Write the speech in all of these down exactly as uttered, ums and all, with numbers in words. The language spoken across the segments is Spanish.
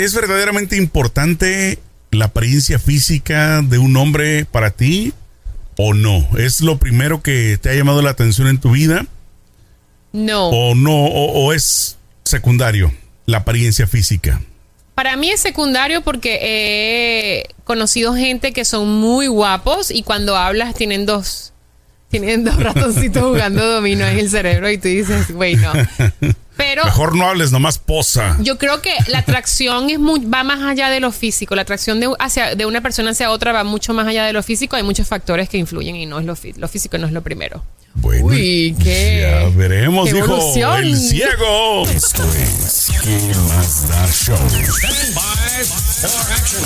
¿es verdaderamente importante la apariencia física de un hombre para ti o no? ¿Es lo primero que te ha llamado la atención en tu vida? No. ¿O no? ¿O, o es secundario la apariencia física? Para mí es secundario porque he conocido gente que son muy guapos y cuando hablas tienen dos, tienen dos ratoncitos jugando dominó en el cerebro y tú dices, güey, no. Pero mejor no hables, nomás posa. Yo creo que la atracción es muy, va más allá de lo físico. La atracción de, hacia, de una persona hacia otra va mucho más allá de lo físico. Hay muchos factores que influyen y no es lo, lo físico no es lo primero. Bueno, uy, qué ya veremos, qué dijo evolución. el ciego. Esto es ¿Qué más da show? Stand by for action.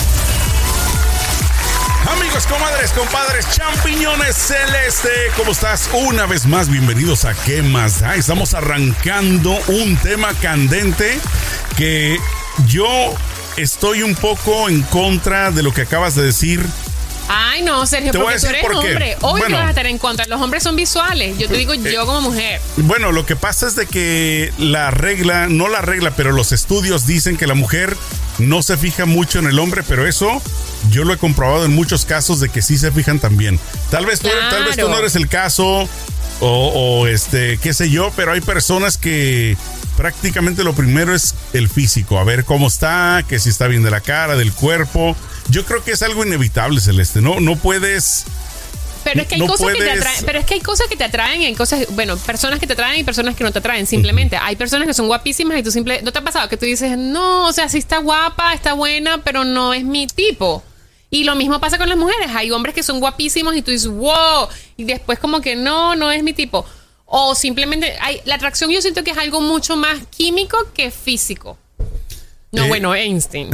Amigos, comadres, compadres, champiñones celeste, ¿cómo estás? Una vez más, bienvenidos a ¿Qué más da? Estamos arrancando un tema candente que yo estoy un poco en contra de lo que acabas de decir. Ay, no, Sergio, Te voy porque a tú decir eres por qué. hombre. Hoy Bueno. te vas a estar en contra. Los hombres son visuales. Yo te digo Eh, yo como mujer. Bueno, lo que pasa es de que la regla, no la regla, pero los estudios dicen que la mujer no se fija mucho en el hombre, pero eso yo lo he comprobado en muchos casos de que sí se fijan también. Tal vez tú, Claro. tal vez tú no eres el caso o, o este, qué sé yo, pero hay personas que prácticamente lo primero es el físico, a ver cómo está, que si está bien de la cara, del cuerpo. Yo creo que es algo inevitable, Celeste, ¿no? No puedes... Pero es que hay no cosas que te puedes- atraen, pero es que hay cosas que te atraen, hay cosas, bueno, personas que te atraen y personas que no te atraen, simplemente. Hay personas que son guapísimas y tú simple, ¿no te ha pasado que tú dices, "No, o sea, sí está guapa, está buena, pero no es mi tipo"? Y lo mismo pasa con las mujeres, hay hombres que son guapísimos y tú dices, "Wow", y después como que no, no es mi tipo. O simplemente hay la atracción, yo siento que es algo mucho más químico que físico. No, Eh, bueno, Einstein.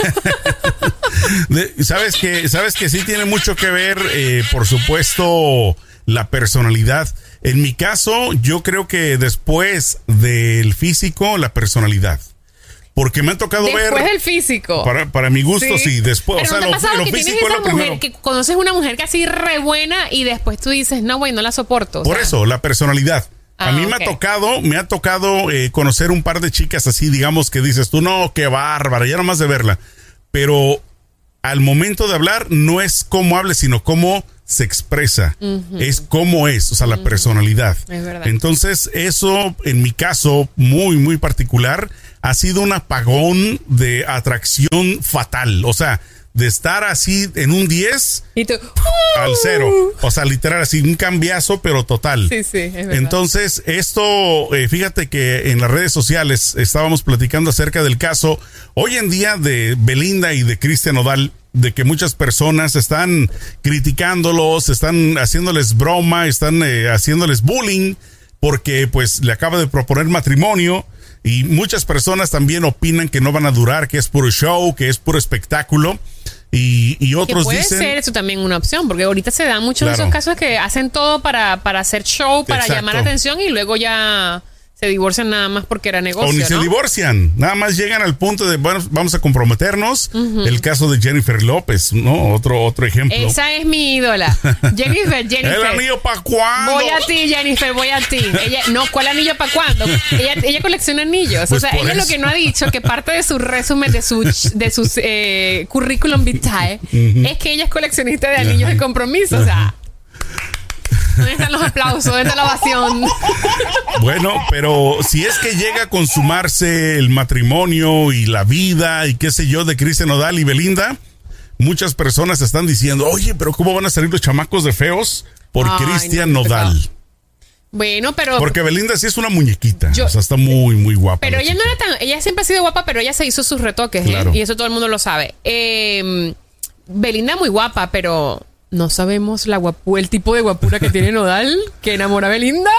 De- Sabes que, sabes que sí tiene mucho que ver, eh, por supuesto, la personalidad. En mi caso, yo creo que después del físico, la personalidad. Porque me ha tocado Después ver. del físico. Para, para mi gusto, sí, después. Pero o sea, ¿no te lo, ha pasado lo que tienes físico es esa lo primero. mujer, que conoces una mujer que así re buena y después tú dices, no, güey, no la soporto? O Por sea, eso, la personalidad. A Ah, mí me ok. ha tocado, me ha tocado eh, conocer un par de chicas así, digamos, que dices tú, no, qué bárbara, ya nomás de verla. Pero al momento de hablar, no es cómo hable, sino cómo se expresa. Uh-huh. Es cómo es, o sea, la uh-huh. personalidad. Es verdad. Entonces, eso, en mi caso, muy, muy particular, ha sido un apagón de atracción fatal. O sea, de estar así en un diez y tú, al cero. O sea, literal, así un cambiazo, pero total. Sí, sí, es verdad. Entonces, esto, eh, fíjate que en las redes sociales estábamos platicando acerca del caso hoy en día de Belinda y de Cristian Nodal, de que muchas personas están criticándolos, están haciéndoles broma, están eh, haciéndoles bullying, porque pues le acaba de proponer matrimonio. Y muchas personas también opinan que no van a durar, que es puro show, que es puro espectáculo. Y, y otros que puede dicen... ser eso también una opción, porque ahorita se dan muchos Claro. de esos casos que hacen todo para, para hacer show, para Exacto. llamar la atención y luego ya se divorcian nada más porque era negocio, O ni ¿no? se divorcian, nada más llegan al punto de, bueno, vamos a comprometernos. Uh-huh. El caso de Jennifer López, ¿no? Otro, otro ejemplo. Esa es mi ídola. Jennifer, Jennifer. ¿El anillo para cuándo? Voy a ti, Jennifer, voy a ti. Ella, no, ¿cuál anillo para cuándo? Ella, ella colecciona anillos. Pues o sea, ella eso. lo que no ha dicho, que parte de su resumen, de su de sus eh, currículum vitae, uh-huh. es que ella es coleccionista de anillos uh-huh. de compromiso. O sea, ¿dónde están los aplausos? ¿Dónde está la ovación? Bueno, pero si es que llega a consumarse el matrimonio y la vida y qué sé yo de Cristian Nodal y Belinda, muchas personas están diciendo, oye, pero ¿cómo van a salir los chamacos de feos por Ay, Cristian no, Nodal? Pecado. Bueno, pero... Porque Belinda sí es una muñequita, yo, o sea, está muy, muy guapa. Pero ella chica. no era tan... Ella siempre ha sido guapa, pero ella se hizo sus retoques, claro. ¿eh? Y eso todo el mundo lo sabe. Eh, Belinda muy guapa, pero... No sabemos la guapu el tipo de guapura que tiene Nodal que enamora a Belinda.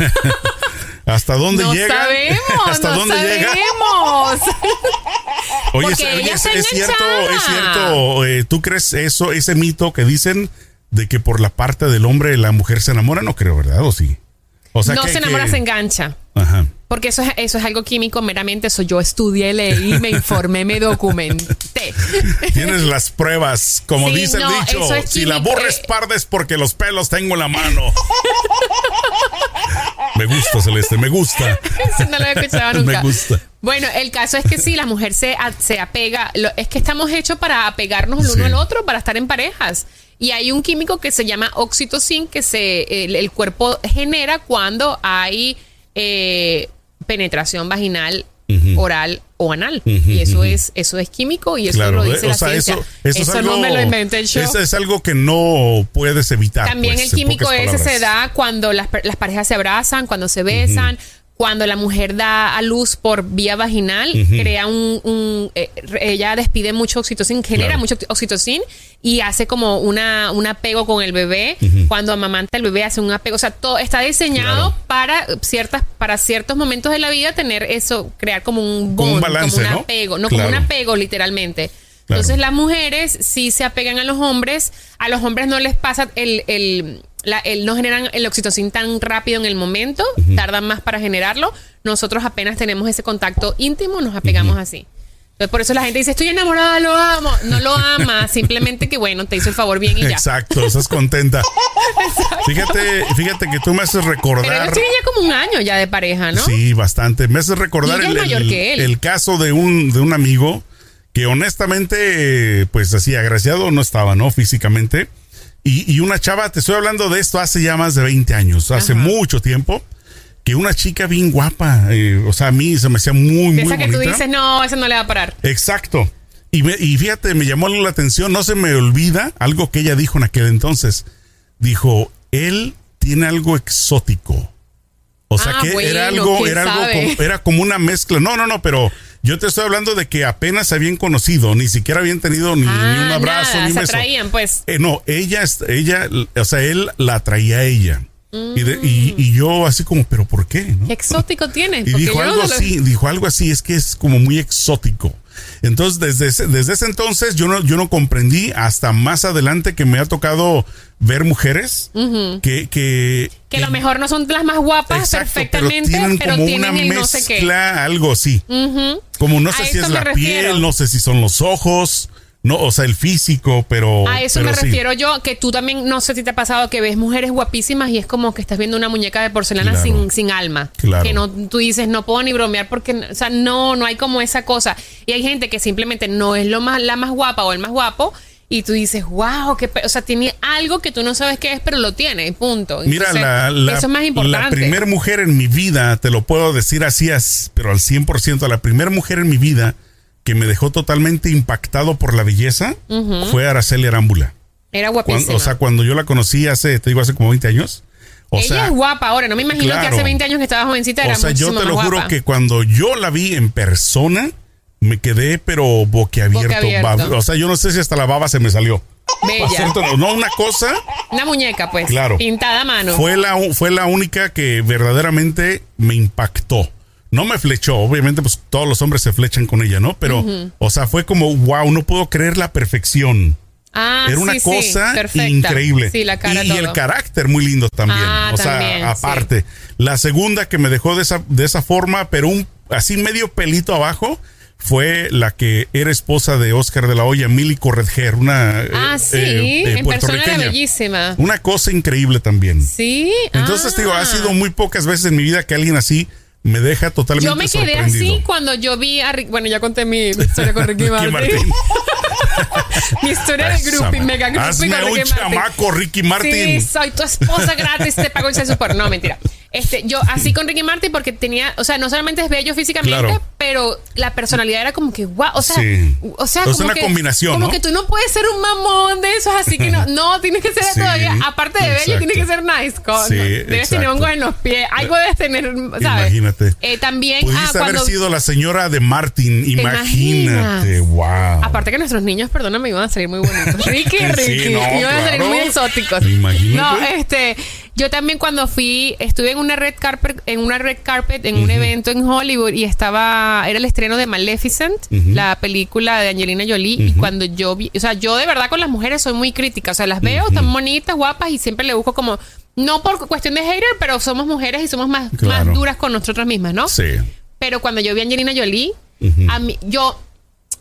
¿Hasta dónde no llega? Sabemos, ¿Hasta no dónde sabemos. llega? Oye, es, oye es, es cierto, es cierto. Eh, ¿Tú crees eso, ese mito que dicen de que por la parte del hombre la mujer se enamora? No creo, ¿verdad? ¿O sí? O sea, no que, se enamora, que... se engancha. Ajá. Porque eso es, eso es algo químico meramente. Eso yo estudié, leí, me informé, me documenté. Tienes las pruebas, como sí, dice no, el dicho. Es si la burra es parda es porque los pelos tengo en la mano. Me gusta, Celeste, me gusta. Eso no lo he escuchado nunca. Me gusta. Bueno, el caso es que sí, la mujer se, a- se apega. Lo- es que estamos hechos para apegarnos el uno Sí. al otro, para estar en parejas. Y hay un químico que se llama oxitocin que se el, el cuerpo genera cuando hay eh, penetración vaginal, Ujú. oral o anal. Ujú, y eso ujú. es eso es químico y eso Claro, lo eh, dice o la sea, ciencia. eso, eso, es algo, no me lo inventé yo. Eso es algo que no puedes evitar. También pues, el en químico pocas ese se palabras. da cuando las, per- las parejas se abrazan, cuando se besan, cuando la mujer da a luz por vía vaginal, Ujú. crea un... un eh, re- ella despide mucho oxitocin, genera Claro. mucho oxitocin y hace como una, un apego con el bebé. Ujú. Cuando amamanta el bebé hace un apego. O sea, todo está diseñado Claro. para ciertas para ciertos momentos de la vida tener eso, crear como un Como un bond, balance, como un ¿no? apego. No, Claro. como un apego literalmente. Claro. Entonces las mujeres sí se apegan a los hombres, a los hombres no les pasa el, el, la- el- no generan el oxitocin tan rápido en el momento, tardan más para generarlo. Nosotros apenas tenemos ese contacto íntimo, nos apegamos así. Entonces por eso la gente dice, estoy enamorada, lo amo. No lo ama, simplemente que bueno, te hizo el favor bien y ya. Exacto, estás contenta. Fíjate, fíjate que tú me haces Pero recordar. ellos tienen ya como un año ya de pareja, ¿no? Sí, bastante. Me haces recordar Y ella el, es mayor el- que él. el caso de un, de un amigo que honestamente, pues así, agraciado no estaba, ¿no? Físicamente. Y, y una chava, te estoy hablando de esto hace ya más de veinte años, hace Ajá. mucho tiempo, que una chica bien guapa, eh, o sea, a mí se me hacía muy, muy Esa que bonita. tú dices, no, eso no le va a parar. Exacto. Y, me- y fíjate, me llamó la atención, no se me olvida algo que ella dijo en aquel entonces. Dijo, él tiene algo exótico. O sea Ah, que bueno, era algo, ¿quién era algo sabe? como, era como una mezcla. No, no, no, pero yo te estoy hablando de que apenas se habían conocido, ni siquiera habían tenido ni, Ah, ni un abrazo, nada, ni un se beso. atraían, pues. Eh, no, ella, es- ella, o sea, él la atraía a ella. Y, de- y, y yo así como, pero ¿por qué? ¿no? ¿Qué exótico tienes? Y Porque dijo yo algo no lo- así, dijo algo así, es que es como muy exótico. Entonces, desde ese, desde ese entonces yo no, yo no comprendí hasta más adelante que me ha tocado ver mujeres que, que, Que a lo mejor no son las más guapas exacto, perfectamente, pero tienen pero como tienen una el no sé qué. mezcla, algo así. Ujú. Como no A sé si eso es me la refiero. piel, no sé si son los ojos, no, o sea, el físico, pero A eso pero me sí. refiero yo, que tú también, no sé si te ha pasado que ves mujeres guapísimas y es como que estás viendo una muñeca de porcelana Claro. sin, sin alma. Claro. Que no, tú dices, no puedo ni bromear porque, o sea, no, no hay como esa cosa. Y hay gente que simplemente no es lo más, la más guapa o el más guapo y tú dices, wow, que, pe-", o sea, tiene algo que tú no sabes qué es, pero lo tiene, y punto. Mira, Entonces, la, la, eso es más importante. la primera mujer en mi vida, te lo puedo decir así, as- pero al cien por ciento, la primera mujer en mi vida que me dejó totalmente impactado por la belleza fue Araceli Arámbula. Era Cuando- guapísima. o sea, cuando yo la conocí hace, te digo, hace como veinte años. O Ella sea, es guapa ahora, no me imagino claro. que hace veinte años que estaba jovencita era o sea, yo muchísimo te lo más juro guapa. que cuando yo la vi en persona, me quedé pero boquiabierto. Boquiabierto. Ba- O sea, yo no sé si hasta la baba se me salió. Bella. Cierto, no, no, una cosa Una muñeca, pues. Claro. Pintada a mano. fue la, u- fue la única que verdaderamente me impactó. No me flechó, obviamente, pues todos los hombres se flechan con ella, ¿no? Pero, o sea, fue como, wow, no puedo creer la perfección. Ah, Era una sí, sí, cosa perfecta. increíble. Sí, la cara y, y todo. el carácter muy lindo también. Ah, o sea, también, aparte. La segunda que me dejó de esa, de esa forma, pero un así medio pelito abajo, fue la que era esposa de Oscar de la Hoya, Mili Corretger, una Ah, eh, sí, eh, eh, en persona era puertorriqueña. bellísima. Una cosa increíble también. Sí. Entonces, ah. digo, ha sido muy pocas veces en mi vida que alguien así me deja totalmente Yo me quedé sorprendido. así cuando yo vi a Rick. Bueno, ya conté mi, mi historia con Ricky Ricky Martin. Martin. Mi historia de groupie, mega groupie Hazme con un Ricky Martin. chamaco, Ricky Martin. Sí, soy tu esposa gratis, te pago el sexo por. No, mentira. Este, yo así con Ricky Martin porque tenía, o sea, no solamente es bello físicamente, Claro. pero la personalidad era como que guau, o sea, Sí. o sea, O sea, como una que, combinación, como ¿no? que tú no puedes ser un mamón de esos, así que no, no, tienes que ser Sí, todavía, aparte de bello, exacto. tienes que ser nice, con, Sí, debes tener exacto. hongos en los pies, algo debes tener, ¿sabes? Imagínate. Eh, también, Pudiste ah, haber cuando, sido la señora de Martin, imagínate, imaginas? wow. aparte que nuestros niños, perdóname, iban a salir muy bonitos. Ricky, Sí, Ricky, no, iban a salir claro. muy exóticos. Imagínate. No, este, yo también cuando fui, estuve en una red carpet, en una red carpet, en un evento en Hollywood y estaba, era el estreno de Maleficent, la película de Angelina Jolie, y cuando yo vi, o sea, yo de verdad con las mujeres soy muy crítica, o sea, las veo tan bonitas, guapas y siempre le busco como, no por cuestión de hater, pero somos mujeres y somos más, Claro. más duras con nosotras mismas, ¿no? Sí. Pero cuando yo vi a Angelina Jolie, a mí, yo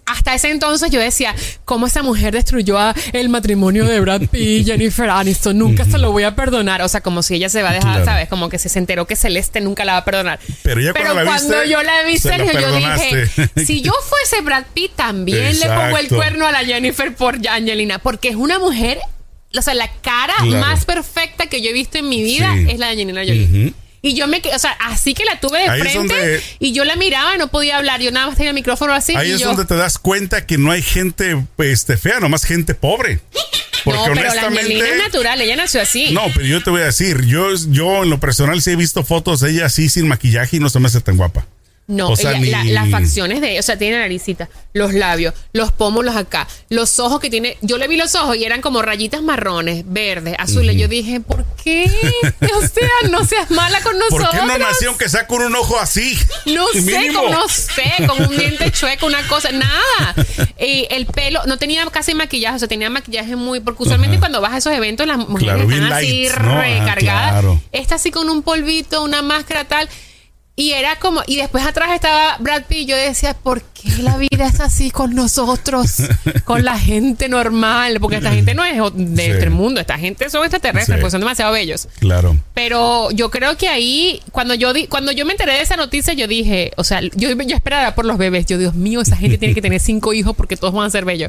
hasta ese entonces yo decía, ¿cómo esa mujer destruyó a el matrimonio de Brad Pitt y Jennifer Aniston? Nunca se lo voy a perdonar. O sea, como si ella se va a dejar, claro. ¿sabes? Como que se enteró que Celeste nunca la va a perdonar. Pero, ya Pero cuando, la cuando viste, yo la vi, Sergio, yo dije, si yo fuese Brad Pitt, también Exacto. le pongo el cuerno a la Jennifer por Angelina. Porque es una mujer, o sea, la cara claro. más perfecta que yo he visto en mi vida sí. es la de Angelina Jolie. Uh-huh. Y yo me, o sea, así que la tuve de ahí frente donde, y yo la miraba y no podía hablar. Yo nada más tenía el micrófono así. Ahí y es yo, donde te das cuenta que no hay gente este, fea, nomás gente pobre. Porque no, pero la Angelina es natural, ella nació así. No, pero yo te voy a decir, yo, yo en lo personal sí he visto fotos de ella así sin maquillaje y no se me hace tan guapa. No, o sea, ella, ni... la, las facciones de ella, o sea, tiene naricita, los labios, los pómulos acá, los ojos que tiene. Yo le vi los ojos y eran como rayitas marrones, verdes, azules. Uh-huh. Yo dije, ¿por qué? O sea, no seas mala con nosotros. ¿Por qué no nació aunque sea con un ojo así? No sé, como, no sé, con un diente chueco, una cosa, nada. Y el pelo, no tenía casi maquillaje, o sea, tenía maquillaje muy. Porque usualmente uh-huh. cuando vas a esos eventos, las mujeres claro, están así light, ¿no? recargadas. Ah, claro. Esta así con un polvito, una máscara tal. Y era como, y después atrás estaba Brad Pitt. Yo decía, ¿por qué la vida es así con nosotros? Con la gente normal. Porque esta gente no es de sí. este mundo. Esta gente son extraterrestres, sí. porque son demasiado bellos. Claro. Pero yo creo que ahí, cuando yo di, cuando yo me enteré de esa noticia, yo dije, o sea, yo, yo esperaba por los bebés. Yo, Dios mío, esa gente tiene que tener cinco hijos porque todos van a ser bellos.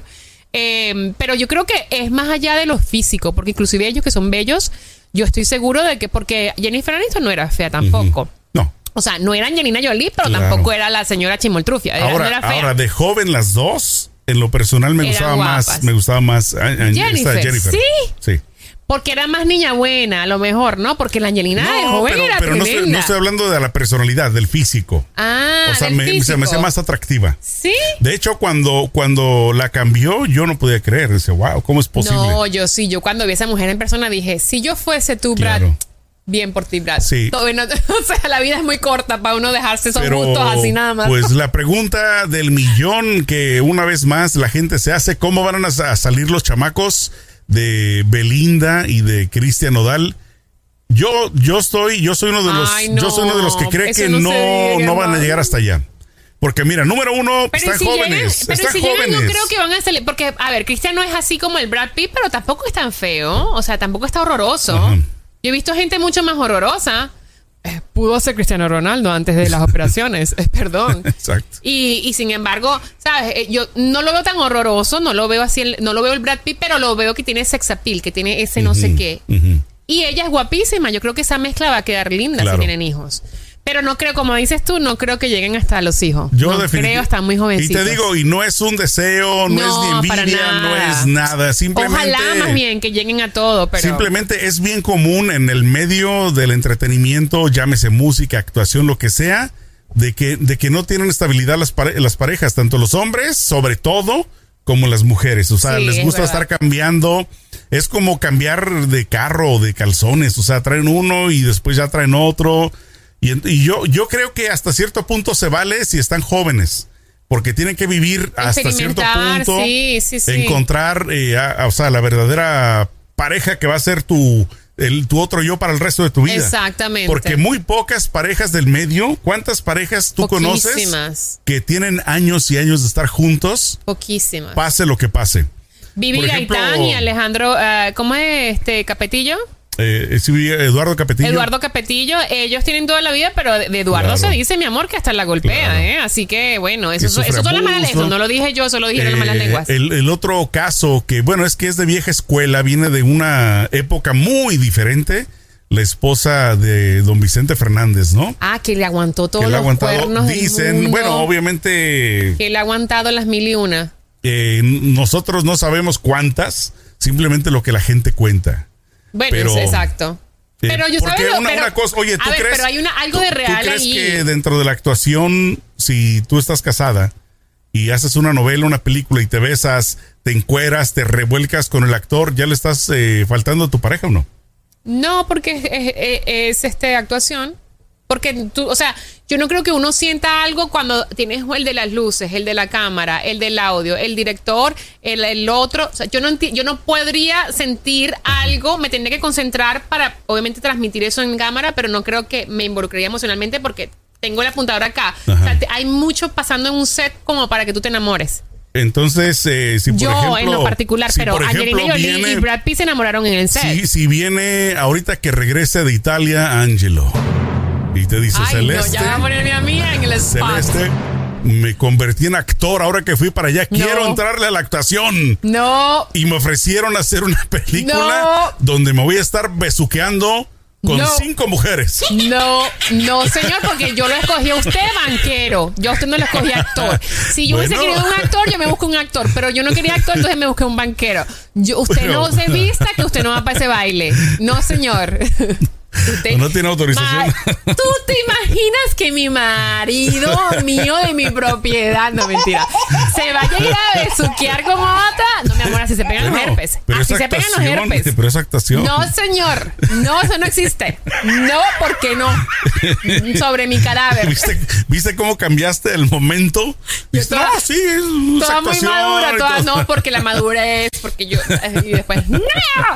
Eh, pero yo creo que es más allá de lo físico. Porque inclusive ellos que son bellos, yo estoy seguro de que, porque Jennifer Aniston no era fea tampoco. Uh-huh. No. O sea, no era Angelina Jolie, pero claro. tampoco era la señora Chimoltrufia. Era, ahora, no era fea. ahora, de joven las dos, en lo personal me Eran gustaba guapas. más, me gustaba más a, a, Jennifer. Jennifer. ¿Sí? Sí. Porque era más niña buena, a lo mejor, ¿no? Porque la Angelina no, de joven pero, era pero no estoy, no estoy hablando de la personalidad, del físico. Ah, o sea, del me, físico. se me hacía más atractiva. ¿Sí? De hecho, cuando, cuando la cambió, yo no podía creer. Dice, wow, ¿cómo es posible? No, yo sí. Yo cuando vi a esa mujer en persona dije, si yo fuese tú, Brad... Claro. Bien por ti, Brad. Sí. Todo, no, o sea, la vida es muy corta para uno dejarse esos Pero, gustos así nada más. Pues la pregunta del millón que una vez más la gente se hace, ¿cómo van a, a salir los chamacos de Belinda y de Cristian Nodal? Yo, yo estoy, yo soy uno de los, Ay, no, yo soy uno de los que cree que no, no, no van a llegar hasta allá. Porque mira, número uno, pero están si jóvenes. Llegan, pero están si jóvenes. llegan, yo creo que van a salir. Porque, a ver, Cristian no es así como el Brad Pitt, pero tampoco es tan feo. O sea, tampoco está horroroso. Uh-huh. Yo he visto gente mucho más horrorosa. Eh, pudo ser Cristiano Ronaldo antes de las operaciones. Eh, perdón. Exacto. Y, y sin embargo, ¿sabes? Eh, yo no lo veo tan horroroso. No lo veo así. El, no lo veo el Brad Pitt, pero lo veo que tiene sex appeal, que tiene ese no uh-huh, sé qué. Uh-huh. Y ella es guapísima. Yo creo que esa mezcla va a quedar linda claro. si tienen hijos. Pero no creo, como dices tú, no creo que lleguen hasta los hijos. Yo no creo, están muy jovencitos. Y te digo, y no es un deseo, no, no es ni envidia, no es nada. Simplemente, ojalá más bien que lleguen a todo, pero... Simplemente es bien común en el medio del entretenimiento, llámese música, actuación, lo que sea, de que, de que no tienen estabilidad las, pare- las parejas, tanto los hombres, sobre todo, como las mujeres. O sea, sí, les gusta estar cambiando. Es como cambiar de carro o de calzones. O sea, traen uno y después ya traen otro. Y, y yo, yo creo que hasta cierto punto se vale si están jóvenes, porque tienen que vivir hasta cierto punto, sí, sí, sí. encontrar, eh, a, a, o sea, la verdadera pareja que va a ser tu, el, tu otro yo para el resto de tu vida. Exactamente. Porque muy pocas parejas del medio, ¿cuántas parejas tú Poquísimas. conoces que tienen años y años de estar juntos? Poquísimas. Pase lo que pase. Vivi Gaitán y Alejandro, uh, ¿cómo es este Capetillo? Eh, sí, Eduardo Capetillo. Eduardo Capetillo, ellos tienen toda la vida, pero de Eduardo claro. se dice, mi amor, que hasta la golpea, claro. ¿eh? Así que, bueno, eso, eso, eso son las malas lenguas. No lo dije yo, solo dijeron eh, las malas lenguas. El, el otro caso, que bueno, es que es de vieja escuela, viene de una época muy diferente. La esposa de don Vicente Fernández, ¿no? Ah, que le aguantó todos que le los aguantado, cuernos dicen, del mundo. Bueno, obviamente... Que le ha aguantado las mil y una. Eh, nosotros no sabemos cuántas, simplemente lo que la gente cuenta. Bueno, pero, es exacto. Eh, pero yo porque sabes, una, pero, una cosa, oye, ¿tú a ver, crees? Pero hay una, algo de real ¿tú crees ahí? que dentro de la actuación, si tú estás casada y haces una novela, una película y te besas, te encueras, te revuelcas con el actor, ¿ya le estás eh, faltando a tu pareja o no? No, porque es, es, es este actuación. Porque tú, o sea, yo no creo que uno sienta algo cuando tienes el de las luces, el de la cámara, el del audio, el director, el, el otro. O sea, yo no enti- yo no podría sentir algo, me tendría que concentrar para, obviamente, transmitir eso en cámara, pero no creo que me involucraría emocionalmente porque tengo el apuntador acá. Ajá. O sea, te, hay mucho pasando en un set como para que tú te enamores. Entonces, eh, si por Yo ejemplo, en lo particular, si pero por ejemplo Angelina Jolie viene- y Brad Pitt se enamoraron en el set. Si, si viene ahorita que regrese de Italia, Angelo, y te dice, Ay, no, Celeste, ya va a ponerme a mí en el spot. Celeste, me convertí en actor ahora que fui para allá, quiero No. entrarle a la actuación. No, Y me ofrecieron hacer una película No. donde me voy a estar besuqueando con No. cinco mujeres. no, no, señor, porque yo lo escogí a usted banquero. Yo a usted no lo escogí actor. Si yo hubiese Bueno. querido un actor, yo me busco un actor. Pero yo no quería actor, entonces me busqué un banquero. Yo, usted Pero- no se vista que usted no va para ese baile. No, señor. Usted- No tiene autorización. Ma- ¿Tú te imaginas que mi marido mío de mi propiedad, no mentira, se vaya a ir a besuquear como otra? No, mi amor, así se pegan los Bueno, herpes. pero Así es se pegan los actuación, herpes. pero es actuación. No, señor. No, eso no existe. No, porque no. Sobre mi cadáver. ¿Viste, ¿Viste cómo cambiaste el momento? Viste, toda- no, sí, es, es Toda muy actuación madura, y toda, todo. no, porque la madurez, porque yo, y después, no,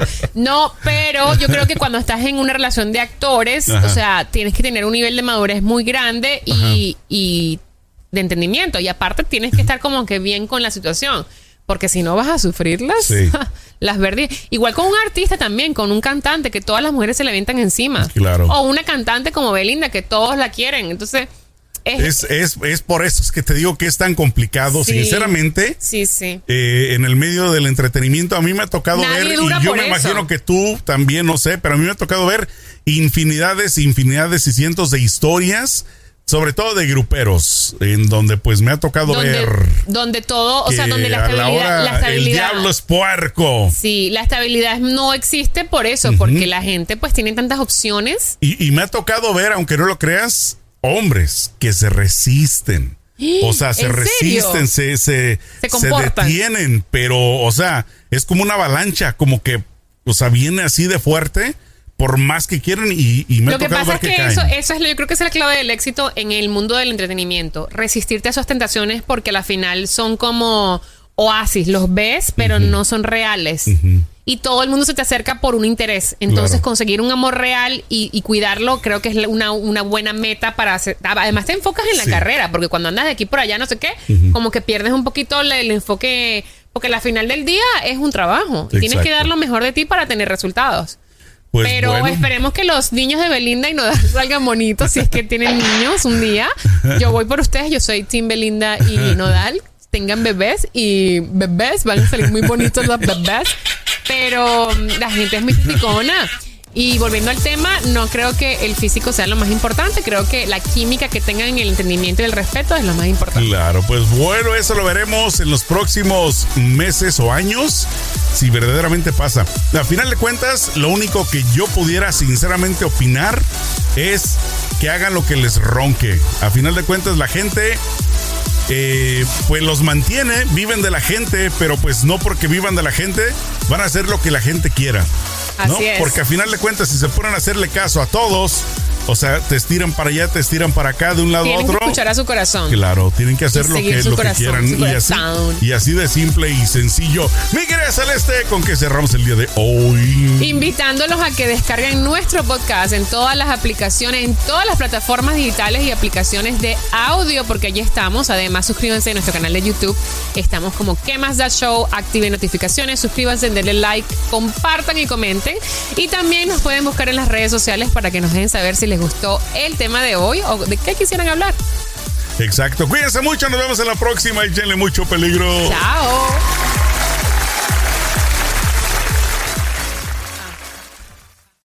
no, pero yo creo que cuando estás en una relación de actores, Ajá. o sea, tienes que tener un nivel de madurez muy grande y, y de entendimiento, y aparte tienes que estar como que bien con la situación, porque si no vas a sufrirlas, Sí. las verdes. Igual con un artista también, con un cantante, que todas las mujeres se le aventan encima. Claro. O una cantante como Belinda, que todos la quieren, entonces... Es, es, es por eso es que te digo que es tan complicado. Sí. Sinceramente, Sí, sí. eh, en el medio del entretenimiento a mí me ha tocado Nadie ver, dura y yo por me eso. imagino que tú también, no sé, pero a mí me ha tocado ver infinidades, infinidades y cientos de historias, sobre todo de gruperos, en donde pues me ha tocado Donde, ver donde todo, o sea, que donde la a la estabilidad, hora la estabilidad, el diablo es puerco. sí, la estabilidad no existe por eso, porque la gente pues tiene tantas opciones. Y, y me ha tocado ver, aunque no lo creas, hombres que se resisten. O sea, se ¿En resisten, se, se, Se comportan. detienen, pero, o sea, es como una avalancha, como que, o sea, viene así de fuerte, por más que quieren, y, y me Lo ha que tocado pasa ver es que, que caen. eso, eso es, lo- yo creo que esa es la clave del éxito en el mundo del entretenimiento. Resistirte a esas tentaciones porque al final son como oasis, los ves, pero no son reales. Y todo el mundo se te acerca por un interés. Entonces, Claro. conseguir un amor real y, y cuidarlo, creo que es una, una buena meta para hacer. Además, te enfocas en la Sí. carrera, porque cuando andas de aquí por allá, no sé qué, como que pierdes un poquito el, el enfoque. Porque al final del día es un trabajo. Y tienes que Exacto. dar lo mejor de ti para tener resultados. Pues Pero bueno, esperemos que los niños de Belinda y Nodal salgan bonitos si es que tienen niños un día. Yo voy por ustedes, yo soy Team Belinda y Nodal. Tengan bebés y bebés, van a salir muy bonitos los bebés. Pero mm, la gente es muy criticona. Y volviendo al tema, no creo que el físico sea lo más importante. Creo que la química que tengan en el entendimiento y el respeto es lo más importante. claro, pues bueno, eso lo veremos en los próximos meses o años, si verdaderamente pasa. A final de cuentas, lo único que yo pudiera sinceramente opinar es que hagan lo que les ronque. A final de cuentas, la gente, eh, pues los mantiene, viven de la gente, pero pues no porque vivan de la gente, van a hacer lo que la gente quiera. ¿no? Así es. Porque a final de cuentas, si se ponen a hacerle caso a todos, o sea, te estiran para allá, te estiran para acá, de un lado a Tienen que otro. escuchar a su corazón. Claro, tienen que hacer Y lo seguir que, su lo que corazón, quieran. su Y así, corazón. y así de simple y sencillo. Mi querida Celeste, con que cerramos el día de hoy. Invitándolos a que descarguen nuestro podcast en todas las aplicaciones, en todas las plataformas digitales y aplicaciones de audio, porque allí estamos. Además, suscríbanse a nuestro canal de YouTube. Estamos como ¿Qué más da show? Activen notificaciones, suscríbanse, denle like, compartan y comenten. Y también nos pueden buscar en las redes sociales para que nos dejen saber si les gustó el tema de hoy o de qué quisieran hablar. Exacto. Cuídense mucho, nos vemos en la próxima. Échenle mucho peligro. Chao.